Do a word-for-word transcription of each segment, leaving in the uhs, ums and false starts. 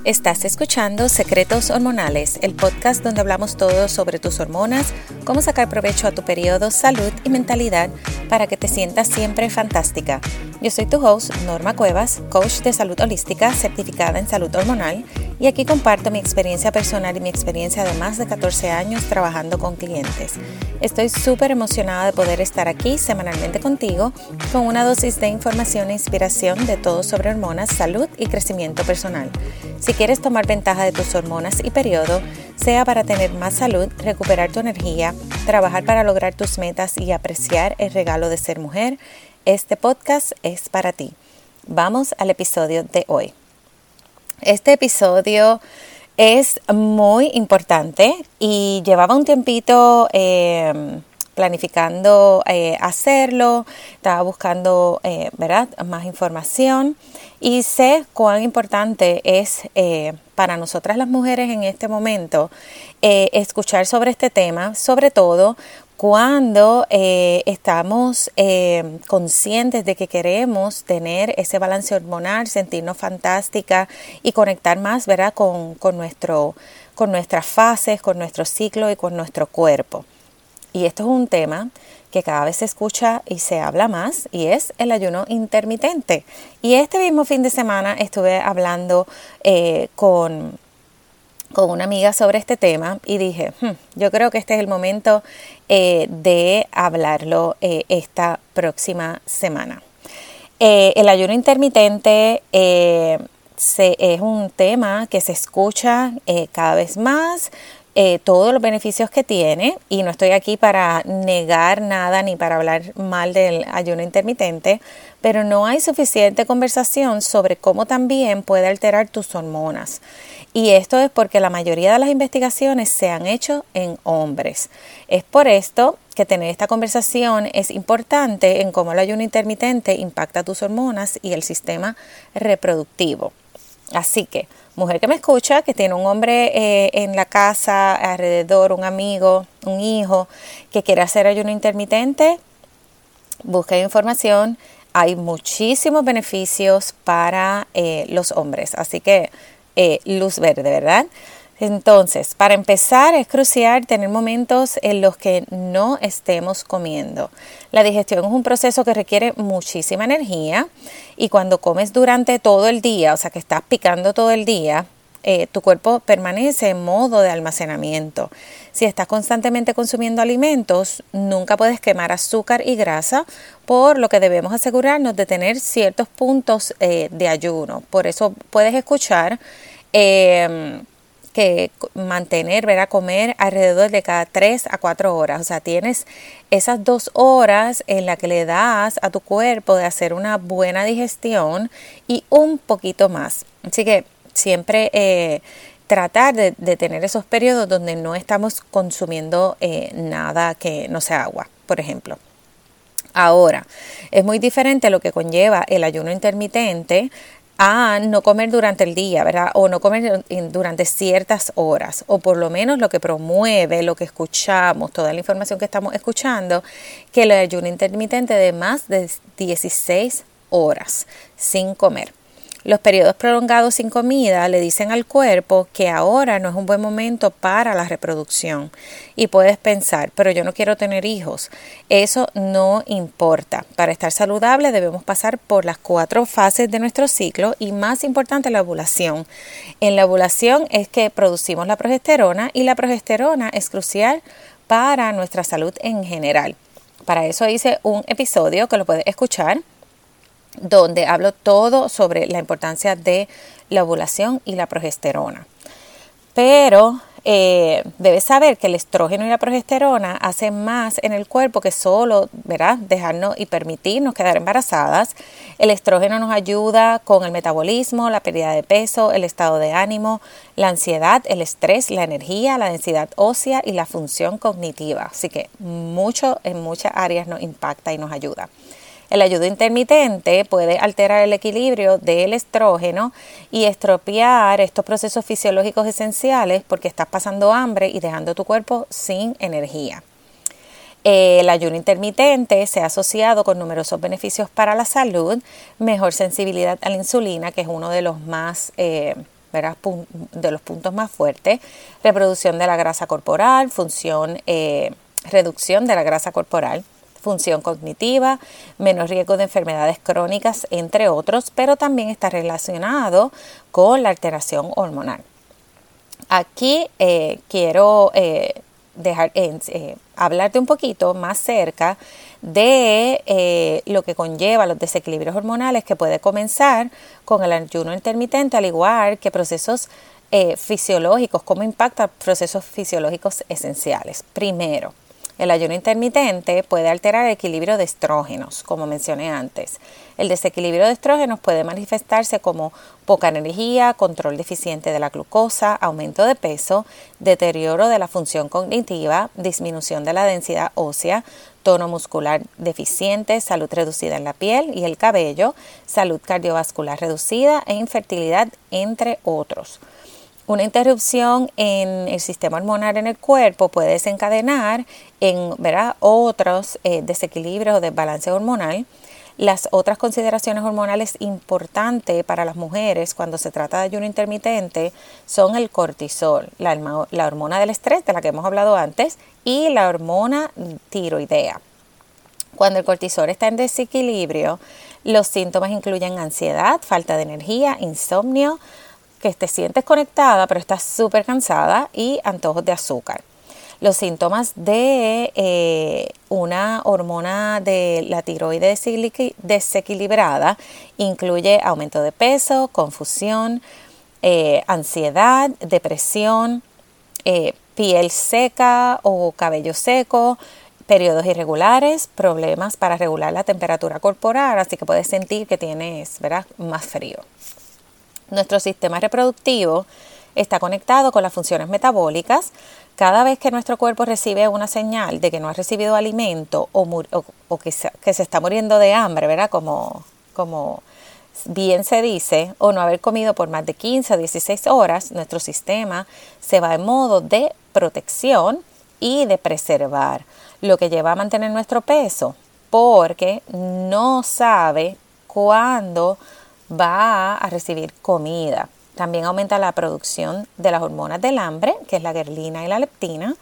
Estás escuchando Secretos Hormonales, el podcast donde hablamos todo sobre tus hormonas, cómo sacar provecho a tu periodo, salud y mentalidad para que te sientas siempre fantástica. Yo soy tu host, Norma Cuevas, coach de salud holística, certificada en salud hormonal, y aquí comparto mi experiencia personal y mi experiencia de más de catorce años trabajando con clientes. Estoy súper emocionada de poder estar aquí semanalmente contigo con una dosis de información e inspiración de todo sobre hormonas, salud y crecimiento personal. Si quieres tomar ventaja de tus hormonas y periodo, sea para tener más salud, recuperar tu energía, trabajar para lograr tus metas y apreciar el regalo de ser mujer, este podcast es para ti. Vamos al episodio de hoy. Este episodio es muy importante y llevaba un tiempito eh, planificando eh, hacerlo, estaba buscando eh, ¿verdad? más información y sé cuán importante es eh, para nosotras las mujeres en este momento eh, escuchar sobre este tema, sobre todo cuando eh, estamos eh, conscientes de que queremos tener ese balance hormonal, sentirnos fantástica y conectar más, ¿verdad? Con, con, nuestro, con nuestras fases, con nuestro ciclo y con nuestro cuerpo. Y esto es un tema que cada vez se escucha y se habla más, y es el ayuno intermitente. Y este mismo fin de semana estuve hablando eh, con... con una amiga sobre este tema y dije, hmm, yo creo que este es el momento eh, de hablarlo eh, esta próxima semana. Eh, el ayuno intermitente eh, se, es un tema que se escucha eh, cada vez más, eh, todos los beneficios que tiene, y no estoy aquí para negar nada ni para hablar mal del ayuno intermitente, pero no hay suficiente conversación sobre cómo también puede alterar tus hormonas. Y esto es porque la mayoría de las investigaciones se han hecho en hombres. Es por esto que tener esta conversación es importante en cómo el ayuno intermitente impacta tus hormonas y el sistema reproductivo. Así que, mujer que me escucha, que tiene un hombre eh, en la casa, alrededor, un amigo, un hijo, que quiere hacer ayuno intermitente, busca información. Hay muchísimos beneficios para eh, los hombres. Así que, Eh, luz verde, ¿verdad? Entonces, para empezar, es crucial tener momentos en los que no estemos comiendo. La digestión es un proceso que requiere muchísima energía, y cuando comes durante todo el día, o sea que estás picando todo el día, eh, tu cuerpo permanece en modo de almacenamiento. Si estás constantemente consumiendo alimentos, nunca puedes quemar azúcar y grasa, por lo que debemos asegurarnos de tener ciertos puntos eh, de ayuno. Por eso puedes escuchar eh, que mantener, ¿verdad? Comer alrededor de cada tres a cuatro horas. O sea, tienes esas dos horas en las que le das a tu cuerpo de hacer una buena digestión y un poquito más. Así que siempre eh, tratar de, de tener esos periodos donde no estamos consumiendo eh, nada que no sea agua, por ejemplo. Ahora, es muy diferente lo que conlleva el ayuno intermitente a no comer durante el día, ¿verdad? O no comer durante ciertas horas, o por lo menos lo que promueve, lo que escuchamos, toda la información que estamos escuchando, que el ayuno intermitente de más de dieciséis horas sin comer. Los periodos prolongados sin comida le dicen al cuerpo que ahora no es un buen momento para la reproducción. Y puedes pensar, pero yo no quiero tener hijos. Eso no importa. Para estar saludable debemos pasar por las cuatro fases de nuestro ciclo, y más importante, la ovulación. En la ovulación es que producimos la progesterona, y la progesterona es crucial para nuestra salud en general. Para eso hice un episodio que lo puedes escuchar, donde hablo todo sobre la importancia de la ovulación y la progesterona. Pero eh, debes saber que el estrógeno y la progesterona hacen más en el cuerpo que solo, ¿verdad?, dejarnos y permitirnos quedar embarazadas. El estrógeno nos ayuda con el metabolismo, la pérdida de peso, el estado de ánimo, la ansiedad, el estrés, la energía, la densidad ósea y la función cognitiva. Así que mucho en muchas áreas nos impacta y nos ayuda. El ayuno intermitente puede alterar el equilibrio del estrógeno y estropear estos procesos fisiológicos esenciales, porque estás pasando hambre y dejando tu cuerpo sin energía. El ayuno intermitente se ha asociado con numerosos beneficios para la salud, mejor sensibilidad a la insulina, que es uno de los más, eh, ¿verdad? Pun- de los puntos más fuertes. Reproducción de la grasa corporal, función, eh, reducción de la grasa corporal, función cognitiva, menos riesgo de enfermedades crónicas, entre otros, pero también está relacionado con la alteración hormonal. Aquí eh, quiero eh, dejar, eh, eh, hablarte un poquito más cerca de eh, lo que conlleva los desequilibrios hormonales, que puede comenzar con el ayuno intermitente, al igual que procesos eh, fisiológicos, cómo impacta procesos fisiológicos esenciales. Primero, el ayuno intermitente puede alterar el equilibrio de estrógenos, como mencioné antes. El desequilibrio de estrógenos puede manifestarse como poca energía, control deficiente de la glucosa, aumento de peso, deterioro de la función cognitiva, disminución de la densidad ósea, tono muscular deficiente, salud reducida en la piel y el cabello, salud cardiovascular reducida e infertilidad, entre otros. Una interrupción en el sistema hormonal en el cuerpo puede desencadenar en, ¿verdad?, otros eh, desequilibrios o desbalance hormonal. Las otras consideraciones hormonales importantes para las mujeres cuando se trata de ayuno intermitente son el cortisol, la, la hormona del estrés de la que hemos hablado antes, y la hormona tiroidea. Cuando el cortisol está en desequilibrio, los síntomas incluyen ansiedad, falta de energía, insomnio, que te sientes conectada pero estás súper cansada, y antojos de azúcar. Los síntomas de eh, una hormona de la tiroides desequilibrada incluye aumento de peso, confusión, eh, ansiedad, depresión, eh, piel seca o cabello seco, periodos irregulares, problemas para regular la temperatura corporal, así que puedes sentir que tienes, ¿verdad?, más frío. Nuestro sistema reproductivo está conectado con las funciones metabólicas. Cada vez que nuestro cuerpo recibe una señal de que no ha recibido alimento o, o, o que, se, que se está muriendo de hambre, ¿verdad?, como, como bien se dice, o no haber comido por más de quince a dieciséis horas, nuestro sistema se va en modo de protección y de preservar, lo que lleva a mantener nuestro peso, porque no sabe cuándo va a recibir comida. También aumenta la producción de las hormonas del hambre, que es la grelina y la leptina,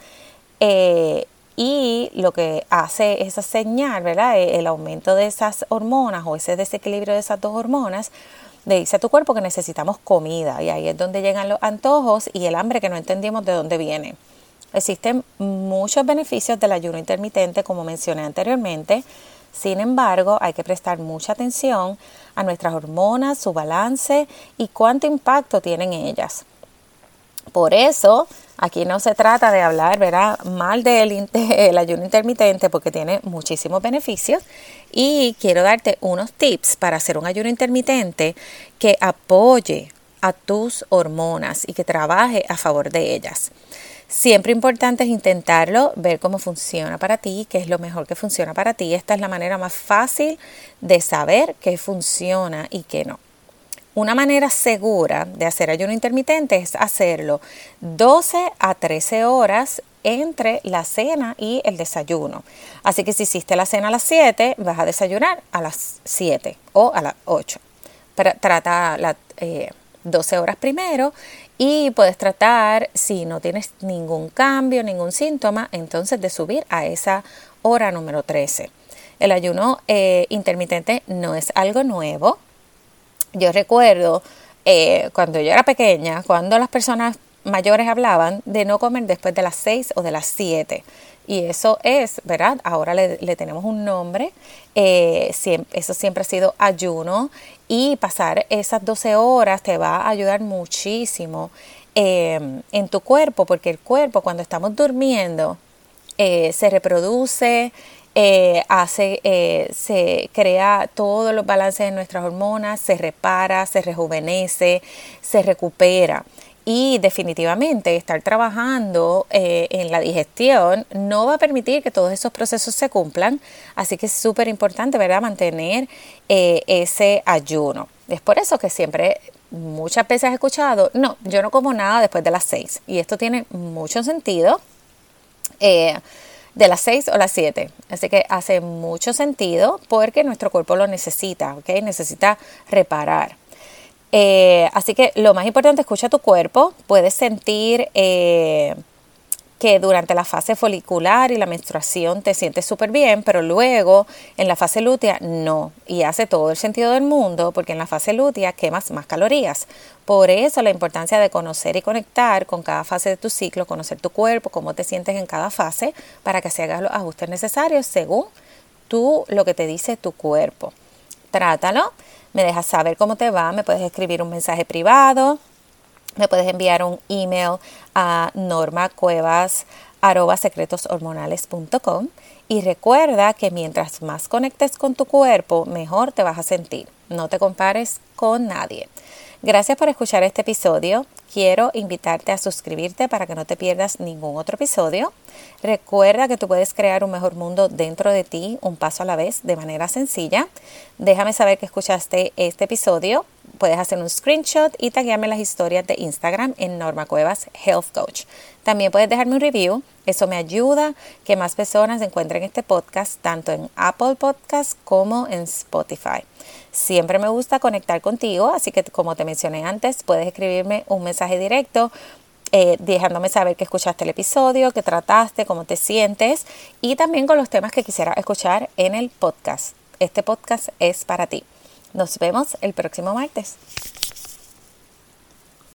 eh, y lo que hace esa señal, ¿verdad?, el aumento de esas hormonas o ese desequilibrio de esas dos hormonas, le dice a tu cuerpo que necesitamos comida, y ahí es donde llegan los antojos y el hambre que no entendimos de dónde viene. Existen muchos beneficios del ayuno intermitente, como mencioné anteriormente. Sin embargo, hay que prestar mucha atención a nuestras hormonas, su balance y cuánto impacto tienen ellas. Por eso, aquí no se trata de hablar, ¿verdad?, mal del el ayuno intermitente, porque tiene muchísimos beneficios, y quiero darte unos tips para hacer un ayuno intermitente que apoye a tus hormonas y que trabaje a favor de ellas. Siempre importante es intentarlo, ver cómo funciona para ti, qué es lo mejor que funciona para ti. Esta es la manera más fácil de saber qué funciona y qué no. Una manera segura de hacer ayuno intermitente es hacerlo doce a trece horas entre la cena y el desayuno. Así que si hiciste la cena a las siete, vas a desayunar a las siete o a las ocho. Trata las eh, doce horas primero. Y puedes tratar, si no tienes ningún cambio, ningún síntoma, entonces de subir a esa hora número trece. El ayuno eh, intermitente no es algo nuevo. Yo recuerdo eh, cuando yo era pequeña, cuando las personas mayores hablaban de no comer después de las seis o de las siete. Y eso es, ¿verdad? Ahora le, le tenemos un nombre. Eh, siempre, eso siempre ha sido ayuno. Y pasar esas doce horas te va a ayudar muchísimo eh, en tu cuerpo, porque el cuerpo, cuando estamos durmiendo, eh, se reproduce, eh, hace, eh, se crea todos los balances de nuestras hormonas, se repara, se rejuvenece, se recupera. Y definitivamente estar trabajando eh, en la digestión no va a permitir que todos esos procesos se cumplan. Así que es súper importante, ¿verdad?, mantener eh, ese ayuno. Es por eso que siempre, muchas veces he escuchado, no, yo no como nada después de las seis. Y esto tiene mucho sentido, eh, de las seis o las siete. Así que hace mucho sentido porque nuestro cuerpo lo necesita, ¿ok? Necesita reparar. Eh, así que lo más importante, escucha tu cuerpo. Puedes sentir eh, que durante la fase folicular y la menstruación te sientes súper bien, pero luego en la fase lútea no. Y hace todo el sentido del mundo porque en la fase lútea quemas más calorías. Por eso la importancia de conocer y conectar con cada fase de tu ciclo, conocer tu cuerpo, cómo te sientes en cada fase, para que se hagan los ajustes necesarios según tú, lo que te dice tu cuerpo. Trátalo, me dejas saber cómo te va, me puedes escribir un mensaje privado, me puedes enviar un email a normacuevas arroba secretos hormonales punto com y recuerda que mientras más conectes con tu cuerpo, mejor te vas a sentir. No te compares con nadie. Gracias por escuchar este episodio. Quiero invitarte a suscribirte para que no te pierdas ningún otro episodio. Recuerda que tú puedes crear un mejor mundo dentro de ti, un paso a la vez, de manera sencilla. Déjame saber que escuchaste este episodio. Puedes hacer un screenshot y taguearme las historias de Instagram en Norma Cuevas Health Coach. También puedes dejarme un review. Eso me ayuda que más personas encuentren este podcast tanto en Apple Podcasts como en Spotify. Siempre me gusta conectar contigo, así que como te mencioné antes, puedes escribirme un mensaje directo eh, dejándome saber que escuchaste el episodio, que trataste, cómo te sientes y también con los temas que quisieras escuchar en el podcast. Este podcast es para ti. Nos vemos el próximo martes.